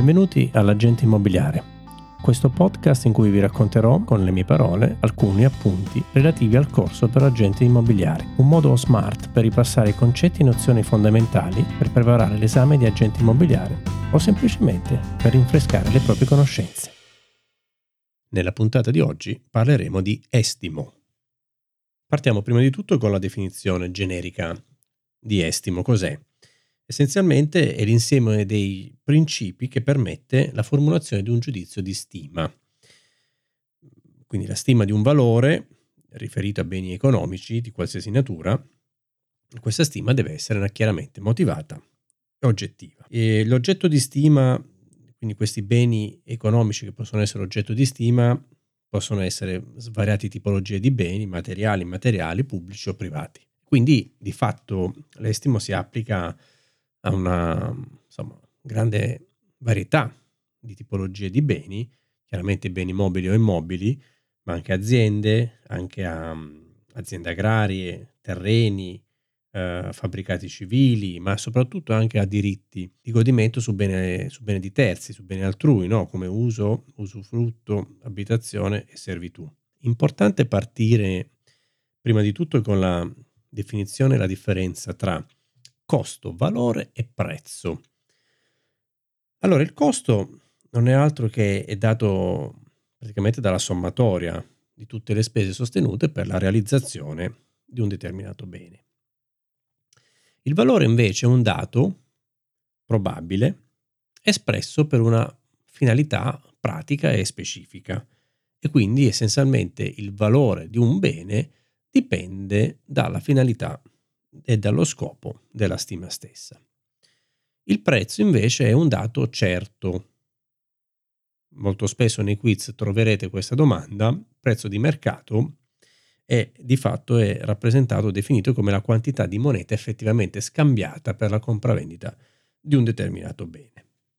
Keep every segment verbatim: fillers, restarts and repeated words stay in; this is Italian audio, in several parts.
Benvenuti all'Agente Immobiliare, questo podcast in cui vi racconterò con le mie parole alcuni appunti relativi al corso per agenti immobiliari, un modo smart per ripassare i concetti e nozioni fondamentali per preparare l'esame di agente immobiliare o semplicemente per rinfrescare le proprie conoscenze. Nella puntata di oggi parleremo di estimo. Partiamo prima di tutto con la definizione generica di estimo. Cos'è? Essenzialmente è l'insieme dei principi che permette la formulazione di un giudizio di stima. Quindi la stima di un valore riferito a beni economici di qualsiasi natura. Questa stima deve essere chiaramente motivata e oggettiva. E l'oggetto di stima, quindi questi beni economici che possono essere oggetto di stima, possono essere svariate tipologie di beni, materiali, immateriali, pubblici o privati. Quindi di fatto l'estimo si applica a una insomma, grande varietà di tipologie di beni, chiaramente beni mobili o immobili, ma anche aziende, anche a um, aziende agrarie, terreni, eh, fabbricati civili, ma soprattutto anche a diritti di godimento su bene, su bene di terzi, su bene altrui, no? Come uso, usufrutto, abitazione e servitù. Importante partire prima di tutto con la definizione e la differenza tra costo, valore e prezzo. Allora, il costo non è altro che è dato praticamente dalla sommatoria di tutte le spese sostenute per la realizzazione di un determinato bene. Il valore invece è un dato probabile espresso per una finalità pratica e specifica e quindi essenzialmente il valore di un bene dipende dalla finalità e dallo scopo della stima stessa. Il prezzo invece è un dato certo. Molto spesso nei quiz troverete questa domanda. Prezzo di mercato è di fatto è rappresentato, definito come la quantità di moneta effettivamente scambiata per la compravendita di un determinato bene.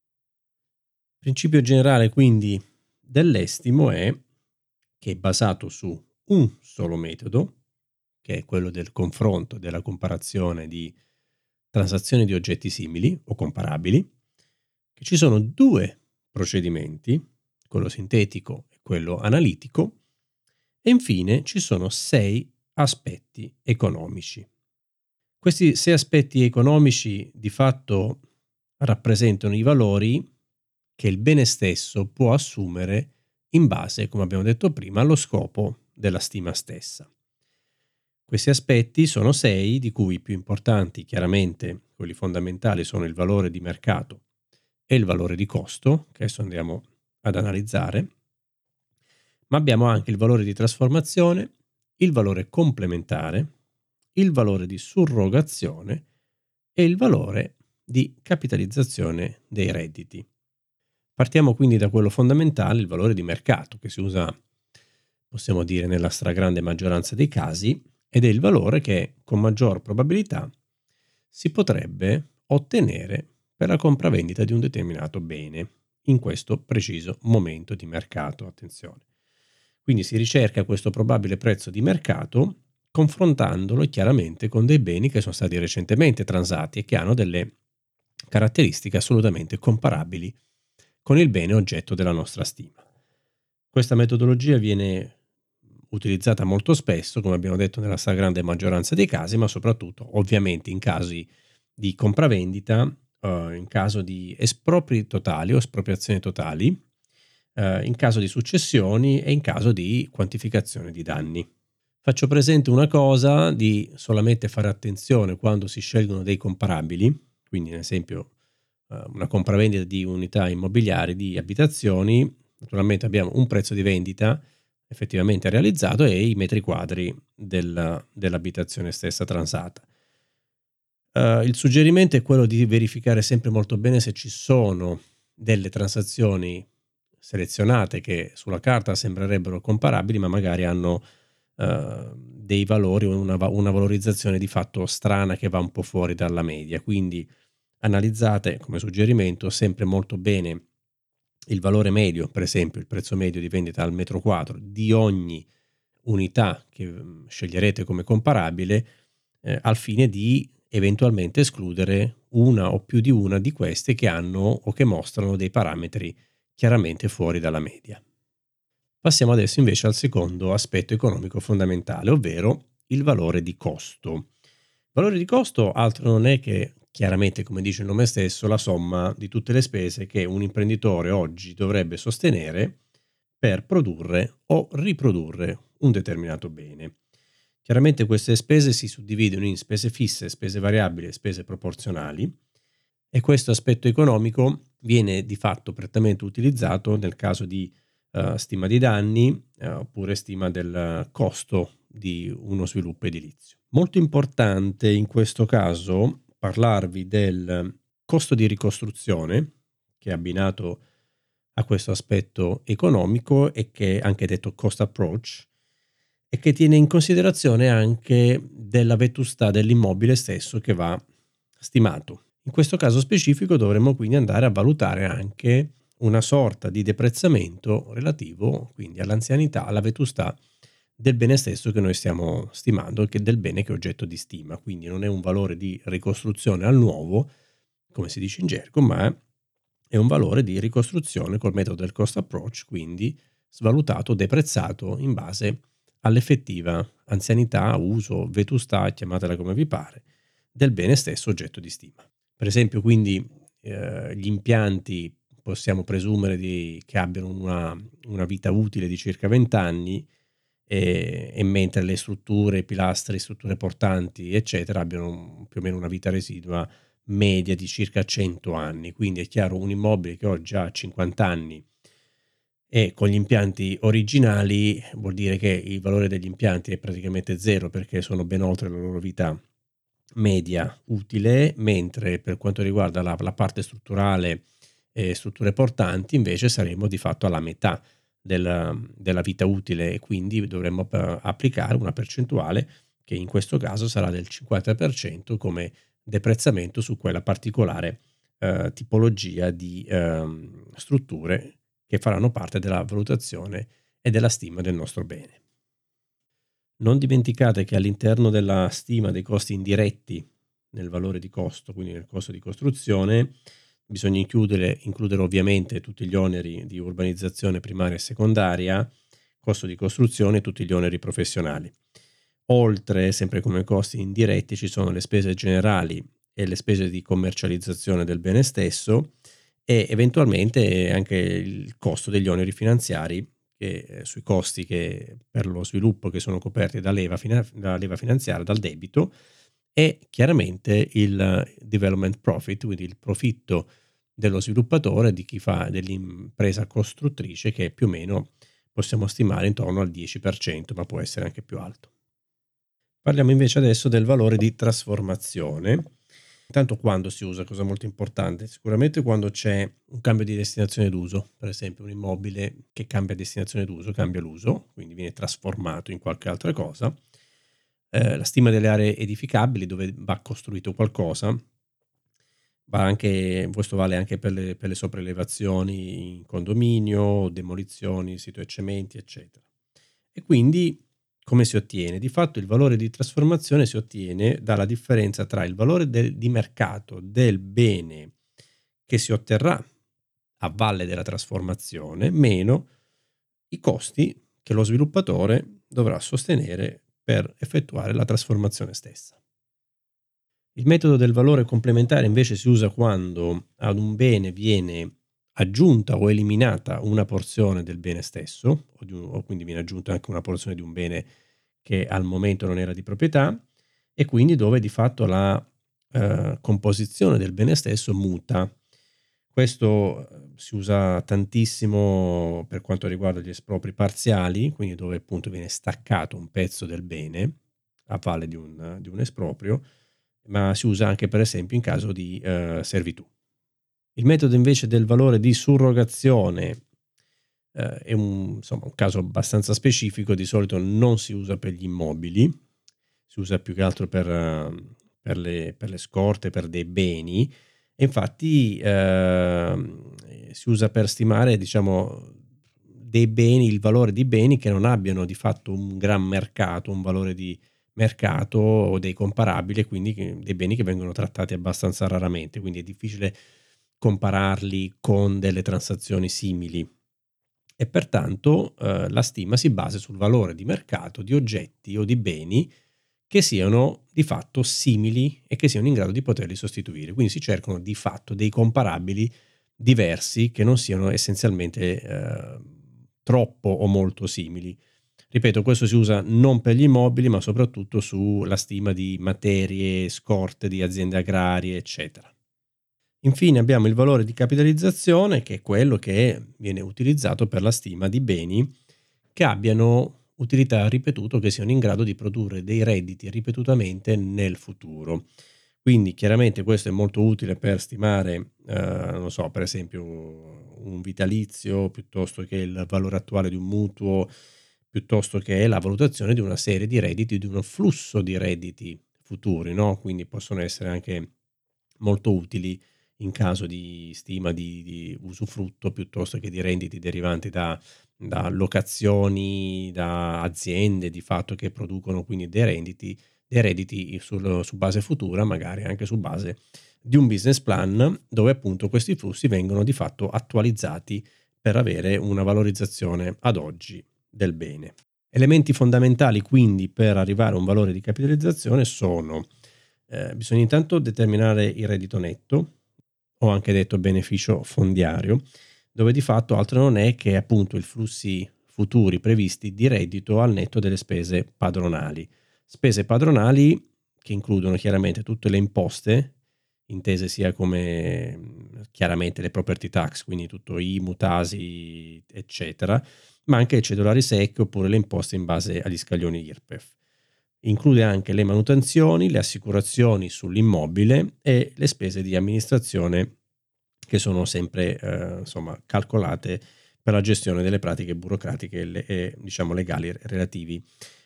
Il principio generale quindi dell'estimo è che è basato su un solo metodo, che è quello del confronto, della comparazione di transazioni di oggetti simili o comparabili, che ci sono due procedimenti, quello sintetico e quello analitico, e infine ci sono sei aspetti economici. Questi sei aspetti economici di fatto rappresentano i valori che il bene stesso può assumere in base, come abbiamo detto prima, allo scopo della stima stessa. Questi aspetti sono sei, di cui i più importanti, chiaramente quelli fondamentali, sono il valore di mercato e il valore di costo, che adesso andiamo ad analizzare, ma abbiamo anche il valore di trasformazione, il valore complementare, il valore di surrogazione e il valore di capitalizzazione dei redditi. Partiamo quindi da quello fondamentale, il valore di mercato, che si usa, possiamo dire, nella stragrande maggioranza dei casi, ed è il valore che con maggior probabilità si potrebbe ottenere per la compravendita di un determinato bene in questo preciso momento di mercato. Attenzione. Quindi si ricerca questo probabile prezzo di mercato confrontandolo chiaramente con dei beni che sono stati recentemente transati e che hanno delle caratteristiche assolutamente comparabili con il bene oggetto della nostra stima. Questa metodologia viene utilizzata molto spesso, come abbiamo detto, nella stragrande maggioranza dei casi, ma soprattutto ovviamente in casi di compravendita, uh, in caso di espropri totali o espropriazioni totali, uh, in caso di successioni e in caso di quantificazione di danni. Faccio presente una cosa, di solamente fare attenzione quando si scelgono dei comparabili, quindi ad esempio uh, una compravendita di unità immobiliari, di abitazioni, naturalmente abbiamo un prezzo di vendita effettivamente realizzato e i metri quadri del, dell'abitazione stessa transata. Uh, il suggerimento è quello di verificare sempre molto bene se ci sono delle transazioni selezionate che sulla carta sembrerebbero comparabili, ma magari hanno uh, dei valori o una, una valorizzazione di fatto strana che va un po' fuori dalla media. Quindi analizzate come suggerimento sempre molto bene il valore medio, per esempio il prezzo medio di vendita al metro quadro di ogni unità che sceglierete come comparabile, eh, al fine di eventualmente escludere una o più di una di queste che hanno o che mostrano dei parametri chiaramente fuori dalla media. Passiamo adesso invece al secondo aspetto economico fondamentale, ovvero il valore di costo. Il valore di costo altro non è che, chiaramente, come dice il nome stesso, la somma di tutte le spese che un imprenditore oggi dovrebbe sostenere per produrre o riprodurre un determinato bene. Chiaramente queste spese si suddividono in spese fisse, spese variabili e spese proporzionali, e questo aspetto economico viene di fatto prettamente utilizzato nel caso di uh, stima di danni uh, oppure stima del costo di uno sviluppo edilizio. Molto importante in questo caso parlarvi del costo di ricostruzione, che è abbinato a questo aspetto economico e che è anche detto cost approach, e che tiene in considerazione anche della vetustà dell'immobile stesso che va stimato. In questo caso specifico dovremmo quindi andare a valutare anche una sorta di deprezzamento relativo quindi all'anzianità, alla vetustà del bene stesso che noi stiamo stimando, che del bene che è oggetto di stima. Quindi non è un valore di ricostruzione al nuovo, come si dice in gergo, ma è un valore di ricostruzione col metodo del cost approach, quindi svalutato, deprezzato in base all'effettiva anzianità, uso, vetustà, chiamatela come vi pare, del bene stesso oggetto di stima. Per esempio, quindi eh, gli impianti possiamo presumere di, che abbiano una, una vita utile di circa venti anni, e, e mentre le strutture, pilastri, strutture portanti, eccetera, abbiano più o meno una vita residua media di circa cento anni. Quindi è chiaro, un immobile che oggi ha cinquanta anni e con gli impianti originali vuol dire che il valore degli impianti è praticamente zero, perché sono ben oltre la loro vita media utile, mentre per quanto riguarda la, la parte strutturale e strutture portanti invece saremo di fatto alla metà della, della vita utile, e quindi dovremmo eh, applicare una percentuale che in questo caso sarà del cinquanta per cento come deprezzamento su quella particolare eh, tipologia di eh, strutture che faranno parte della valutazione e della stima del nostro bene. Non dimenticate che all'interno della stima dei costi indiretti nel valore di costo, quindi nel costo di costruzione, bisogna includere, includere ovviamente tutti gli oneri di urbanizzazione primaria e secondaria, costo di costruzione e tutti gli oneri professionali. Oltre, sempre come costi indiretti, ci sono le spese generali e le spese di commercializzazione del bene stesso, e eventualmente anche il costo degli oneri finanziari, che, eh, sui costi che per lo sviluppo che sono coperti da leva, fina, da leva finanziaria, dal debito, e chiaramente il development profit, quindi il profitto dello sviluppatore, di chi fa dell'impresa costruttrice, che più o meno possiamo stimare intorno al dieci per cento, ma può essere anche più alto. Parliamo invece adesso del valore di trasformazione. Intanto, quando si usa, cosa molto importante, sicuramente quando c'è un cambio di destinazione d'uso, per esempio un immobile che cambia destinazione d'uso, cambia l'uso, quindi viene trasformato in qualche altra cosa. Eh, la stima delle aree edificabili, dove va costruito qualcosa, va anche, questo vale anche per le, per le sopraelevazioni in condominio, demolizioni, sito e cementi, eccetera. E quindi come si ottiene? Di fatto il valore di trasformazione si ottiene dalla differenza tra il valore del, di mercato del bene che si otterrà a valle della trasformazione meno i costi che lo sviluppatore dovrà sostenere per effettuare la trasformazione stessa. Il metodo del valore complementare invece si usa quando ad un bene viene aggiunta o eliminata una porzione del bene stesso, o, di un, o quindi viene aggiunta anche una porzione di un bene che al momento non era di proprietà, e quindi dove di fatto la eh, composizione del bene stesso muta. Questo si usa tantissimo per quanto riguarda gli espropri parziali, quindi dove appunto viene staccato un pezzo del bene a valle di un, di un esproprio, ma si usa anche per esempio in caso di eh, servitù. Il metodo invece del valore di surrogazione eh, è un, insomma, un caso abbastanza specifico, di solito non si usa per gli immobili, si usa più che altro per, uh, per, le, per le scorte, per dei beni, e infatti eh, si usa per stimare, diciamo, dei beni, il valore di beni che non abbiano di fatto un gran mercato, un valore di mercato o dei comparabili, quindi dei beni che vengono trattati abbastanza raramente, quindi è difficile compararli con delle transazioni simili e pertanto eh, la stima si basa sul valore di mercato di oggetti o di beni che siano di fatto simili e che siano in grado di poterli sostituire. Quindi si cercano di fatto dei comparabili diversi che non siano essenzialmente eh, troppo o molto simili. Ripeto, questo si usa non per gli immobili, ma soprattutto sulla stima di materie scorte di aziende agrarie, eccetera. Infine abbiamo il valore di capitalizzazione, che è quello che viene utilizzato per la stima di beni che abbiano utilità ripetuto, che siano in grado di produrre dei redditi ripetutamente nel futuro. Quindi chiaramente questo è molto utile per stimare, eh, non so, per esempio un vitalizio piuttosto che il valore attuale di un mutuo, piuttosto che la valutazione di una serie di redditi, di uno flusso di redditi futuri, no? Quindi possono essere anche molto utili in caso di stima di, di usufrutto piuttosto che di renditi derivanti da, da locazioni, da aziende di fatto che producono quindi dei redditi, dei redditi sul, su base futura, magari anche su base di un business plan dove appunto questi flussi vengono di fatto attualizzati per avere una valorizzazione ad oggi del bene. Elementi fondamentali quindi per arrivare a un valore di capitalizzazione sono eh, bisogna intanto determinare il reddito netto, o anche detto beneficio fondiario, dove di fatto altro non è che appunto i flussi futuri previsti di reddito al netto delle spese padronali. Spese padronali che includono chiaramente tutte le imposte, intese sia come chiaramente le property tax, quindi tutto I M U, Tasi, eccetera, ma anche le cedolari secche oppure le imposte in base agli scaglioni I R P E F. Include anche le manutenzioni, le assicurazioni sull'immobile e le spese di amministrazione che sono sempre eh, insomma, calcolate per la gestione delle pratiche burocratiche e, le, e diciamo, legali relativi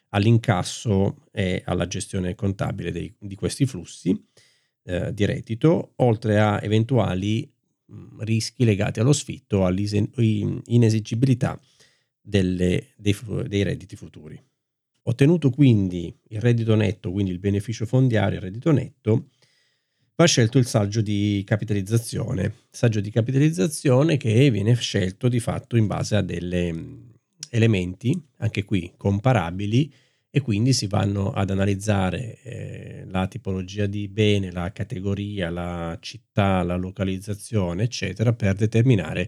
all'incasso e alla gestione contabile dei, di questi flussi eh, di reddito, oltre a eventuali mh, rischi legati allo sfitto o all'inesigibilità delle, dei, dei redditi futuri. Ottenuto quindi il reddito netto, quindi il beneficio fondiario, il reddito netto, va scelto il saggio di capitalizzazione. Saggio di capitalizzazione che viene scelto di fatto in base a degli elementi, anche qui comparabili, e quindi si vanno ad analizzare eh, la tipologia di bene, la categoria, la città, la localizzazione, eccetera, per determinare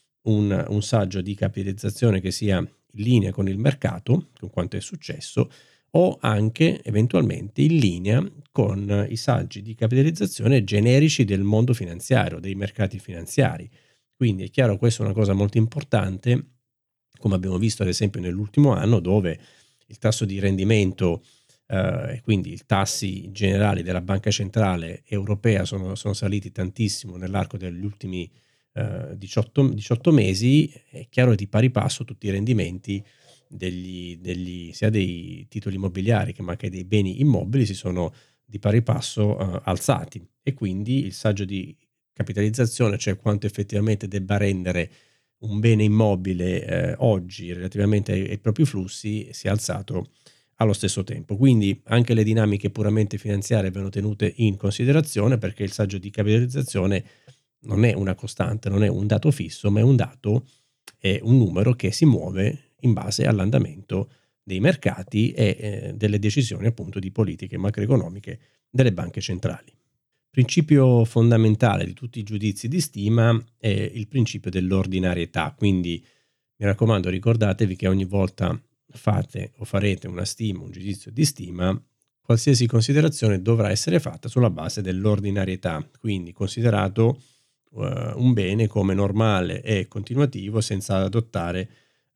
un, un saggio di capitalizzazione che sia in linea con il mercato, con quanto è successo, o anche eventualmente in linea con i saggi di capitalizzazione generici del mondo finanziario, dei mercati finanziari. Quindi è chiaro, questa è una cosa molto importante, come abbiamo visto ad esempio nell'ultimo anno, dove il tasso di rendimento e eh, quindi i tassi generali della Banca Centrale Europea sono, sono saliti tantissimo nell'arco degli ultimi eh, diciotto, diciotto mesi. È chiaro, di pari passo tutti i rendimenti degli, degli, sia dei titoli immobiliari che ma anche dei beni immobili si sono di pari passo eh, alzati, e quindi il saggio di capitalizzazione, cioè quanto effettivamente debba rendere un bene immobile eh, oggi relativamente ai, ai propri flussi, si è alzato allo stesso tempo. Quindi anche le dinamiche puramente finanziarie vengono tenute in considerazione, perché il saggio di capitalizzazione non è una costante, non è un dato fisso, ma è un dato, è un numero che si muove in base all'andamento dei mercati e eh, delle decisioni appunto di politiche macroeconomiche delle banche centrali. Principio fondamentale di tutti i giudizi di stima è il principio dell'ordinarietà, quindi mi raccomando, ricordatevi che ogni volta fate o farete una stima, un giudizio di stima, qualsiasi considerazione dovrà essere fatta sulla base dell'ordinarietà, quindi considerato uh, un bene come normale e continuativo senza adottare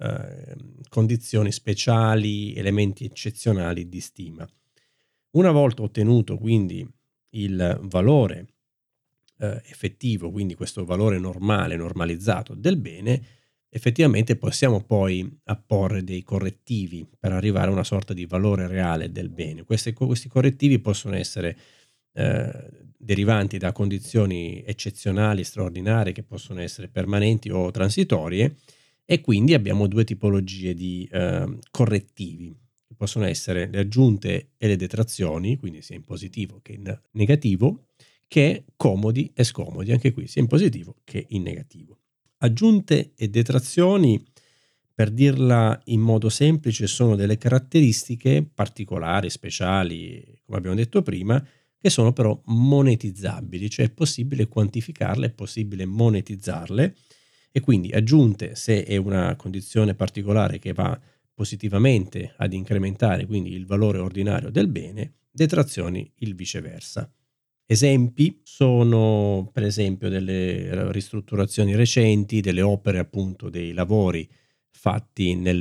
uh, condizioni speciali, elementi eccezionali di stima. Una volta ottenuto quindi il valore eh, effettivo, quindi questo valore normale, normalizzato del bene, effettivamente possiamo poi apporre dei correttivi per arrivare a una sorta di valore reale del bene. Questi, questi correttivi possono essere eh, derivanti da condizioni eccezionali, straordinarie, che possono essere permanenti o transitorie, e quindi abbiamo due tipologie di eh, correttivi che possono essere le aggiunte e le detrazioni, quindi sia in positivo che in negativo, che comodi e scomodi, anche qui sia in positivo che in negativo. Aggiunte e detrazioni, per dirla in modo semplice, sono delle caratteristiche particolari, speciali, come abbiamo detto prima, che sono però monetizzabili, cioè è possibile quantificarle, è possibile monetizzarle, e quindi aggiunte se è una condizione particolare che va positivamente ad incrementare quindi il valore ordinario del bene, detrazioni il viceversa. Esempi sono per esempio delle ristrutturazioni recenti, delle opere, appunto dei lavori fatti nel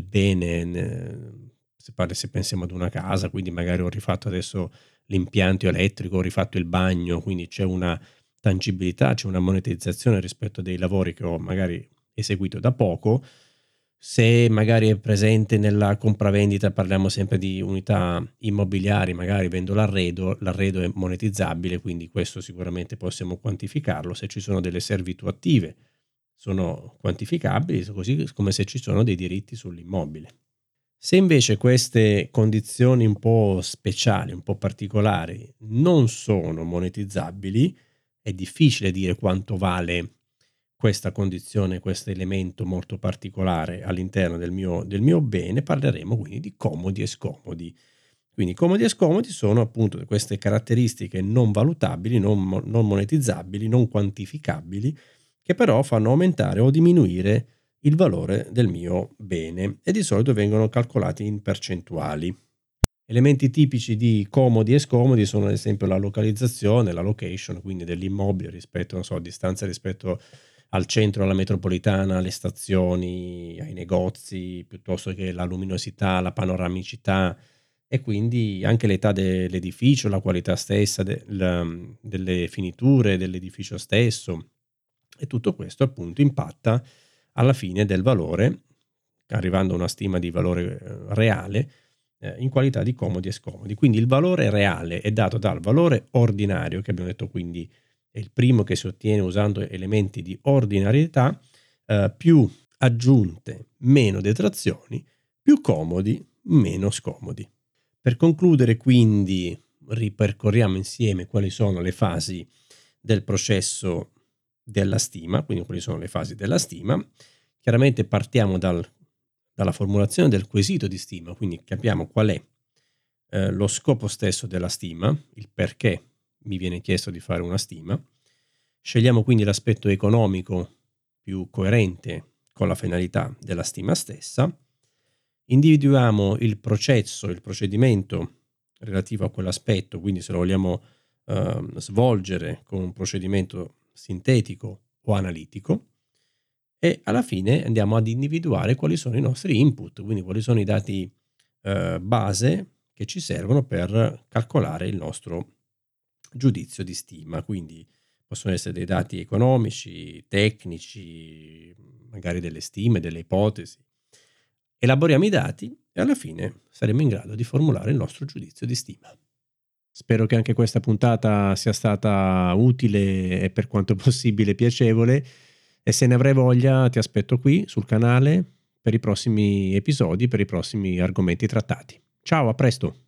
bene, se, parli, se pensiamo ad una casa, quindi magari ho rifatto adesso l'impianto elettrico, ho rifatto il bagno, quindi c'è una tangibilità, c'è una monetizzazione rispetto a dei lavori che ho magari eseguito da poco. Se magari è presente nella compravendita, parliamo sempre di unità immobiliari, magari vendo l'arredo, l'arredo è monetizzabile, quindi questo sicuramente possiamo quantificarlo. Se ci sono delle servitù attive sono quantificabili, così come se ci sono dei diritti sull'immobile. Se invece queste condizioni un po' speciali, un po' particolari, non sono monetizzabili, è difficile dire quanto vale questa condizione, questo elemento molto particolare all'interno del mio, del mio bene. Parleremo quindi di comodi e scomodi. Quindi comodi e scomodi sono appunto queste caratteristiche non valutabili, non, non monetizzabili, non quantificabili, che però fanno aumentare o diminuire il valore del mio bene, e di solito vengono calcolati in percentuali. Elementi tipici di comodi e scomodi sono ad esempio la localizzazione, la location, quindi dell'immobile rispetto, non so, a distanza rispetto al centro, alla metropolitana, alle stazioni, ai negozi, piuttosto che la luminosità, la panoramicità, e quindi anche l'età dell'edificio, la qualità stessa del, delle finiture dell'edificio stesso, e tutto questo appunto impatta alla fine del valore, arrivando a una stima di valore eh, reale eh, in qualità di comodi e scomodi. Quindi il valore reale è dato dal valore ordinario, che abbiamo detto quindi è il primo che si ottiene usando elementi di ordinarietà, eh, più aggiunte, meno detrazioni, più comodi, meno scomodi. Per concludere quindi ripercorriamo insieme quali sono le fasi del processo della stima, quindi quali sono le fasi della stima. Chiaramente partiamo dal, dalla formulazione del quesito di stima, quindi capiamo qual è eh, lo scopo stesso della stima, il perché mi viene chiesto di fare una stima. Scegliamo quindi l'aspetto economico più coerente con la finalità della stima stessa. Individuiamo il processo, il procedimento relativo a quell'aspetto, quindi se lo vogliamo eh, svolgere con un procedimento sintetico o analitico, e alla fine andiamo ad individuare quali sono i nostri input, quindi quali sono i dati eh, base che ci servono per calcolare il nostro giudizio di stima. Quindi possono essere dei dati economici, tecnici, magari delle stime, delle ipotesi. Elaboriamo i dati e alla fine saremo in grado di formulare il nostro giudizio di stima. Spero che anche questa puntata sia stata utile e per quanto possibile piacevole, e se ne avrai voglia ti aspetto qui sul canale per i prossimi episodi, per i prossimi argomenti trattati. Ciao, a presto!